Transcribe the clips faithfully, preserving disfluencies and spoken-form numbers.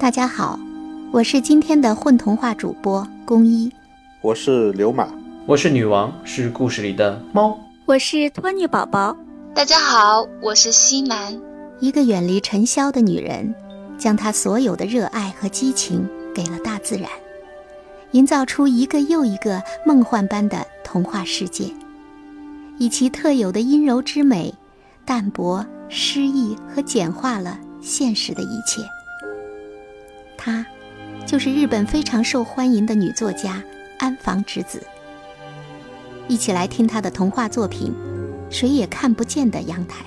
大家好，我是今天的混童话主播宫一。 我是刘马。 我是女王，是故事里的猫。 我是托尼宝宝。 大家好，我是西南。 一个远离尘嚣的女人，将她所有的热爱和激情给了大自然，营造出一个又一个梦幻般的童话世界，以其特有的阴柔之美，淡泊诗意和简化了现实的一切。她就是日本非常受欢迎的女作家安房直子。一起来听她的童话作品《谁也看不见的阳台》。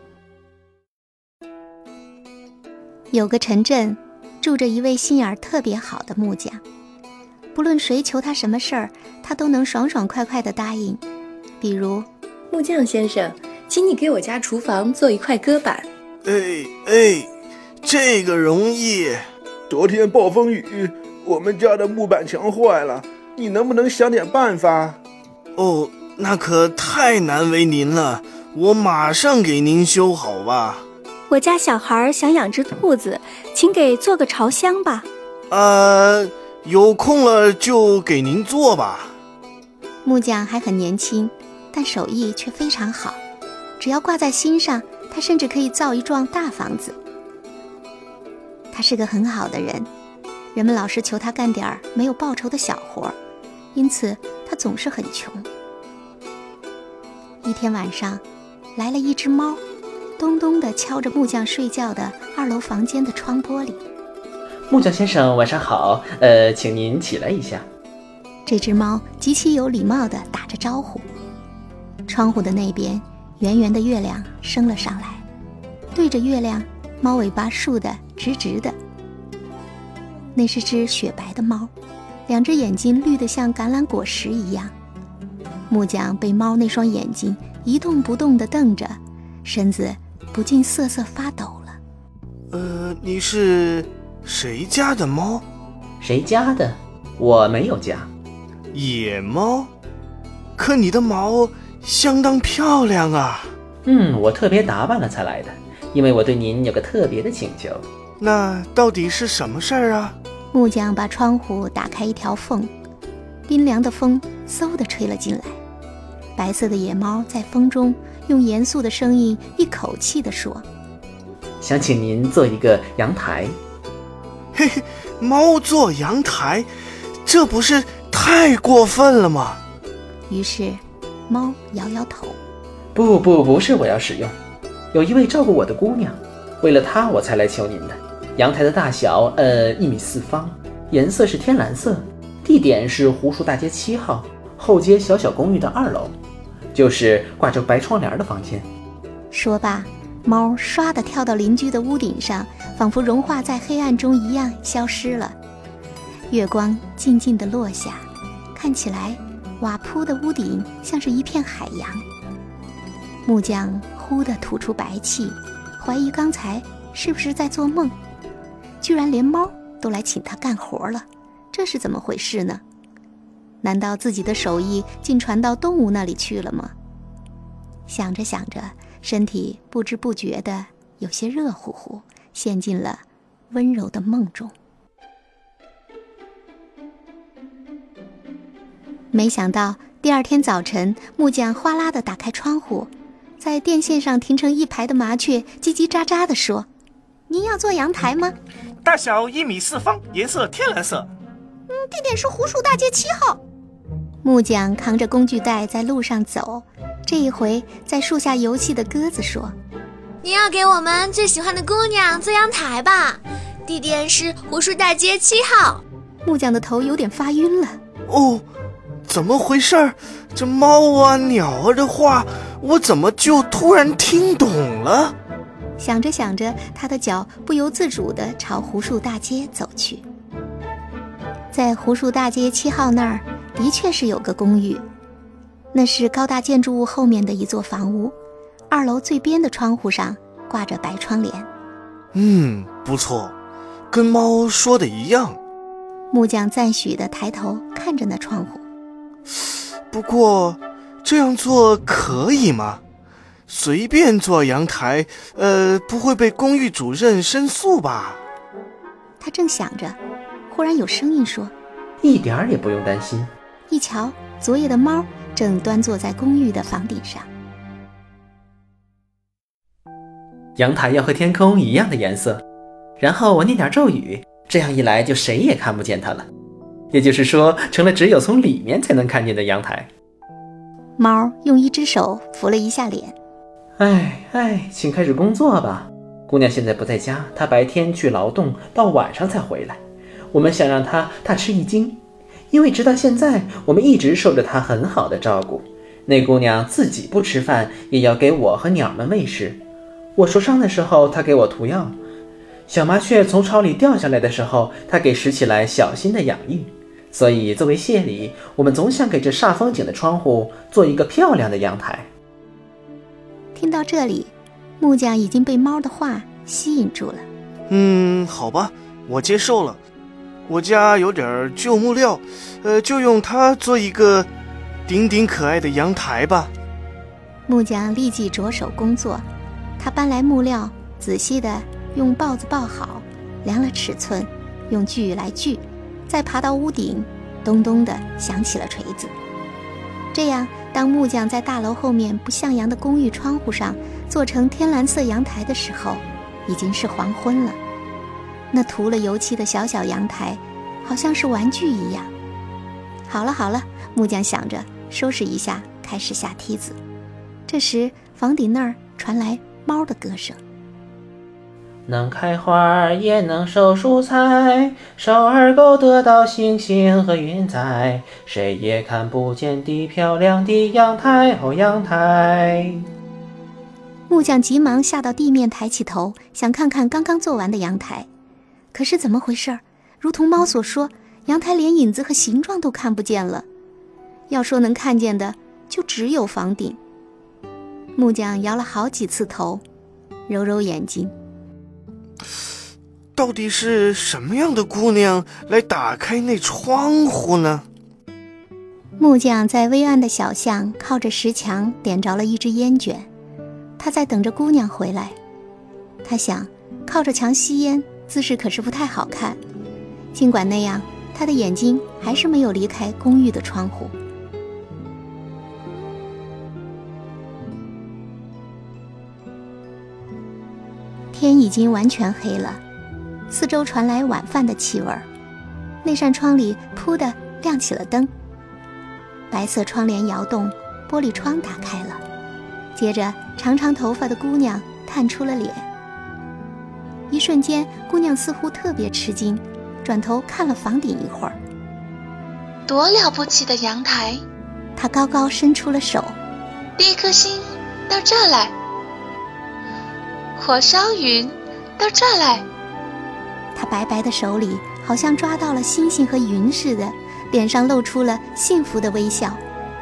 有个城镇住着一位心眼儿特别好的木匠，不论谁求他什么事儿，他都能爽爽快快地答应。比如， 木匠先生，请你给我家厨房做一块搁板。 哎哎，这个容易。 昨天暴风雨，我们家的木板墙坏了，你能不能想点办法？ 哦，那可太难为您了，我马上给您修好吧。 我家小孩想养只兔子，请给做个巢箱吧。 呃，有空了就给您做吧。 木匠还很年轻，但手艺却非常好，只要挂在心上，他甚至可以造一幢大房子。他是个很好的人，人们老是求他干点没有报酬的小活，因此他总是很穷。一天晚上，来了一只猫，咚咚地敲着木匠睡觉的二楼房间的窗玻璃。 木匠先生晚上好，呃，请您起来一下。 这只猫极其有礼貌地打着招呼。窗户的那边，圆圆的月亮升了上来，对着月亮，猫尾巴竖得直直的。那是只雪白的猫，两只眼睛绿得像橄榄果实一样。木匠被猫那双眼睛一动不动地瞪着，身子不禁瑟瑟发抖了。 呃，你是谁家的猫？ 谁家的？我没有家。 野猫？可你的毛相当漂亮啊。 嗯，我特别打扮了才来的，因为我对您有个特别的请求。 那到底是什么事儿啊？ 木匠把窗户打开一条缝，冰凉的风嗖地吹了进来。白色的野猫在风中用严肃的声音一口气地说： 想请您做一个阳台。 嘿嘿，猫做阳台，这不是太过分了吗？ 于是猫摇摇头。 不不不是我要使用，有一位照顾我的姑娘，为了她我才来求您的。阳台的大小呃一米四方，颜色是天蓝色，地点是湖树大街七号后街小小公寓的二楼，就是挂着白窗帘的房间。 说罢，猫唰地跳到邻居的屋顶上，仿佛融化在黑暗中一样消失了。月光静静地落下，看起来瓦铺的屋顶像是一片海洋。木匠忽地吐出白气，怀疑刚才是不是在做梦，居然连猫都来请他干活了，这是怎么回事呢？难道自己的手艺竟传到动物那里去了吗？想着想着，身体不知不觉地有些热乎乎，陷进了温柔的梦中。没想到第二天早晨，木匠哗啦地打开窗户，在电线上停成一排的麻雀叽叽喳喳地说：您要做阳台吗？ 大小一米四方，颜色天蓝色。 嗯，地点是湖树大街七号。木匠扛着工具袋在路上走，这一回在树下游戏的鸽子说： 你要给我们最喜欢的姑娘做阳台吧，地点是湖树大街七号。 木匠的头有点发晕了。 哦，怎么回事？这猫啊鸟啊的话，我怎么就突然听懂了？ 想着想着，他的脚不由自主地朝湖树大街走去。在湖树大街七号那儿的确是有个公寓，那是高大建筑物后面的一座房屋，二楼最边的窗户上挂着白窗帘。 嗯，不错，跟猫说的一样。 木匠赞许地抬头看着那窗户。 不过这样做可以吗？随便做阳台，呃，不会被公寓主任申诉吧？ 他正想着，忽然有声音说： 一点儿也不用担心。 一瞧，昨夜的猫正端坐在公寓的房顶上。 阳台要和天空一样的颜色，然后我念点咒语，这样一来就谁也看不见它了。也就是说，成了只有从里面才能看见的阳台。 猫用一只手扶了一下脸。 哎哎，请开始工作吧。姑娘现在不在家，她白天去劳动，到晚上才回来。我们想让她大吃一惊，因为直到现在，我们一直受着她很好的照顾。那姑娘自己不吃饭，也要给我和鸟们喂食。我受伤的时候，她给我涂药；小麻雀从巢里掉下来的时候，她给拾起来小心的养育。所以作为谢礼，我们总想给这煞风景的窗户做一个漂亮的阳台。 听到这里，木匠已经被猫的话吸引住了。 嗯，好吧，我接受了。我家有点旧木料，呃，就用它做一个顶顶可爱的阳台吧。 木匠立即着手工作，他搬来木料，仔细地用刨子刨好，量了尺寸，用锯来锯，再爬到屋顶，咚咚地响起了锤子。这样，当木匠在大楼后面不向阳的公寓窗户上做成天蓝色阳台的时候，已经是黄昏了。那涂了油漆的小小阳台，好像是玩具一样。好了好了，木匠想着，收拾一下，开始下梯子。这时，房顶那儿传来猫的歌声。 能开花也能收蔬菜，手儿够得到星星和云彩，谁也看不见的漂亮的阳台哦阳台。 木匠急忙下到地面，抬起头想看看刚刚做完的阳台。可是怎么回事？如同猫所说，阳台连影子和形状都看不见了。要说能看见的，就只有房顶。木匠摇了好几次头，揉揉眼睛。 到底是什么样的姑娘来打开那窗户呢？ 木匠在微暗的小巷靠着石墙点着了一支烟卷，他在等着姑娘回来。他想，靠着墙吸烟姿势可是不太好看，尽管那样，他的眼睛还是没有离开公寓的窗户。天已经完全黑了，四周传来晚饭的气味儿。那扇窗里扑地亮起了灯，白色窗帘摇动，玻璃窗打开了。接着，长长头发的姑娘探出了脸。一瞬间，姑娘似乎特别吃惊，转头看了房顶一会儿。 多了不起的阳台！ 她高高伸出了手。 第一颗星到这儿来。火烧云到这儿来。 她白白的手里好像抓到了星星和云似的，脸上露出了幸福的微笑。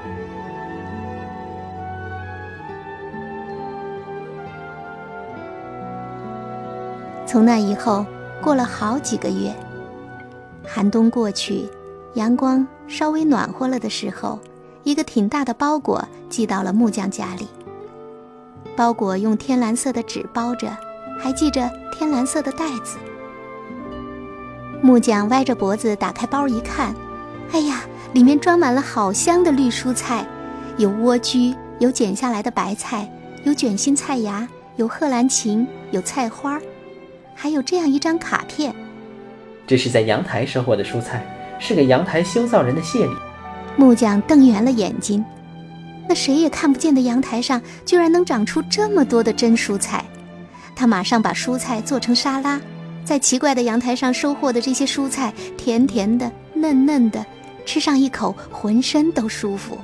从那以后，过了好几个月，寒冬过去，阳光稍微暖和了的时候，一个挺大的包裹寄到了木匠家里。包裹用天蓝色的纸包着，还系着天蓝色的带子。木匠歪着脖子打开包一看，哎呀，里面装满了好香的绿蔬菜，有莴苣，有剪下来的白菜，有卷心菜芽，有贺兰芹，有菜花，还有这样一张卡片。 这是在阳台收获的蔬菜，是给阳台修造人的谢礼。 木匠瞪圆了眼睛，那谁也看不见的阳台上居然能长出这么多的真蔬菜。他马上把蔬菜做成沙拉，在奇怪的阳台上收获的这些蔬菜，甜甜的，嫩嫩的，吃上一口浑身都舒服。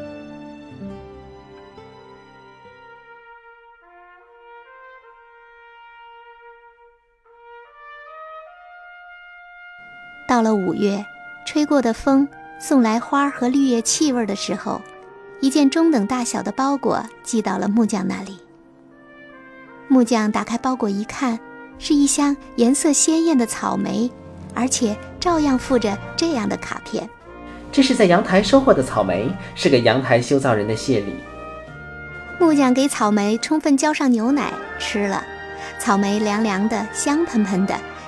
到了五月，吹过的风送来花和绿叶气味的时候，一件中等大小的包裹寄到了木匠那里。木匠打开包裹一看，是一箱颜色鲜艳的草莓，而且照样附着这样的卡片。 这是在阳台收获的草莓，是给阳台修造人的谢礼。 木匠给草莓充分浇上牛奶吃了，草莓凉凉的，香喷喷的，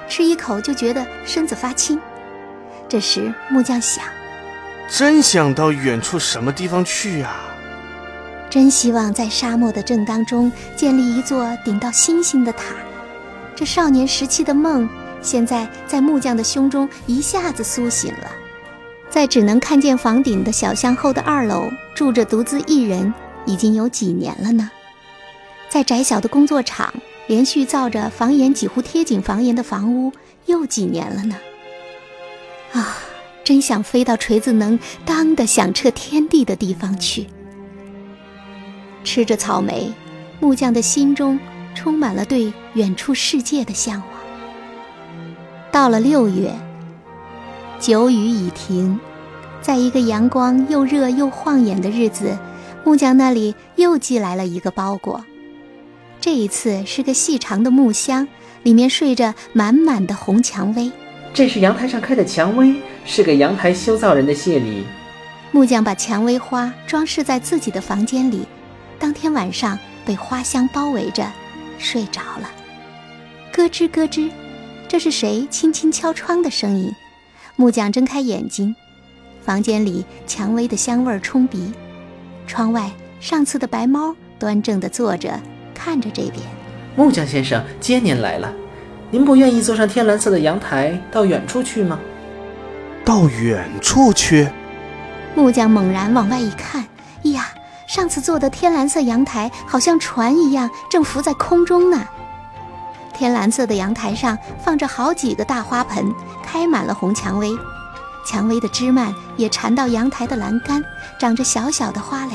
吃一口就觉得身子发轻。这时木匠想， 真想到远处什么地方去啊， 真希望在沙漠的正当中建立一座顶到星星的塔。这少年时期的梦，现在在木匠的胸中一下子苏醒了。在只能看见房顶的小巷后的二楼，住着独自一人，已经有几年了呢？在窄小的工作场，连续造着房檐几乎贴紧房檐的房屋，又几年了呢？啊，真想飞到锤子能当的响彻天地的地方去。吃着草莓，木匠的心中充满了对远处世界的向往。到了六月，久雨已停，在一个阳光又热又晃眼的日子，木匠那里又寄来了一个包裹。这一次是个细长的木箱，里面睡着满满的红蔷薇。 这是阳台上开的蔷薇，是给阳台修造人的谢礼。 木匠把蔷薇花装饰在自己的房间里，当天晚上被花香包围着，睡着了。咯吱咯吱，这是谁轻轻敲窗的声音？木匠睁开眼睛，房间里蔷薇的香味冲鼻。窗外上次的白猫端正地坐着，看着这边。 木匠先生，接您来了。您不愿意坐上天蓝色的阳台到远处去吗？ 到远处去？ 木匠猛然往外一看，呀，上次坐的天蓝色阳台好像船一样，正浮在空中呢。天蓝色的阳台上放着好几个大花盆，开满了红蔷薇，蔷薇的枝蔓也缠到阳台的栏杆，长着小小的花蕾。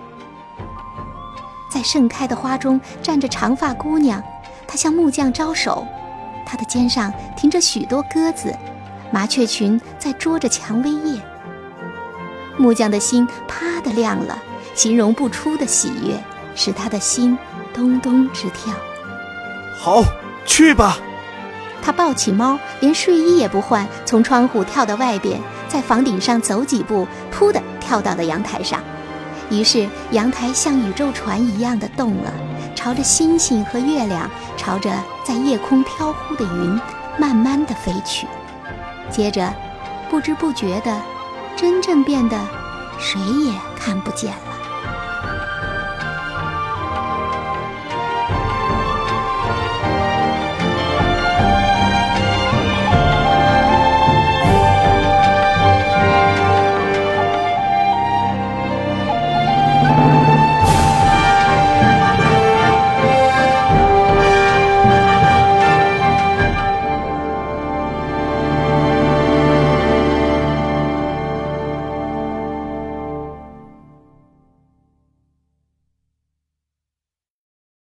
在盛开的花中站着长发姑娘，她向木匠招手，她的肩上停着许多鸽子，麻雀群在啄着蔷薇叶。木匠的心啪地亮了，形容不出的喜悦使他的心咚咚直跳。 好，去吧。 他抱起猫，连睡衣也不换，从窗户跳到外边，在房顶上走几步，扑地跳到了阳台上。于是阳台像宇宙船一样的动了，朝着星星和月亮，朝着在夜空飘忽的云，慢慢地飞去。接着不知不觉的，真正变得谁也看不见了。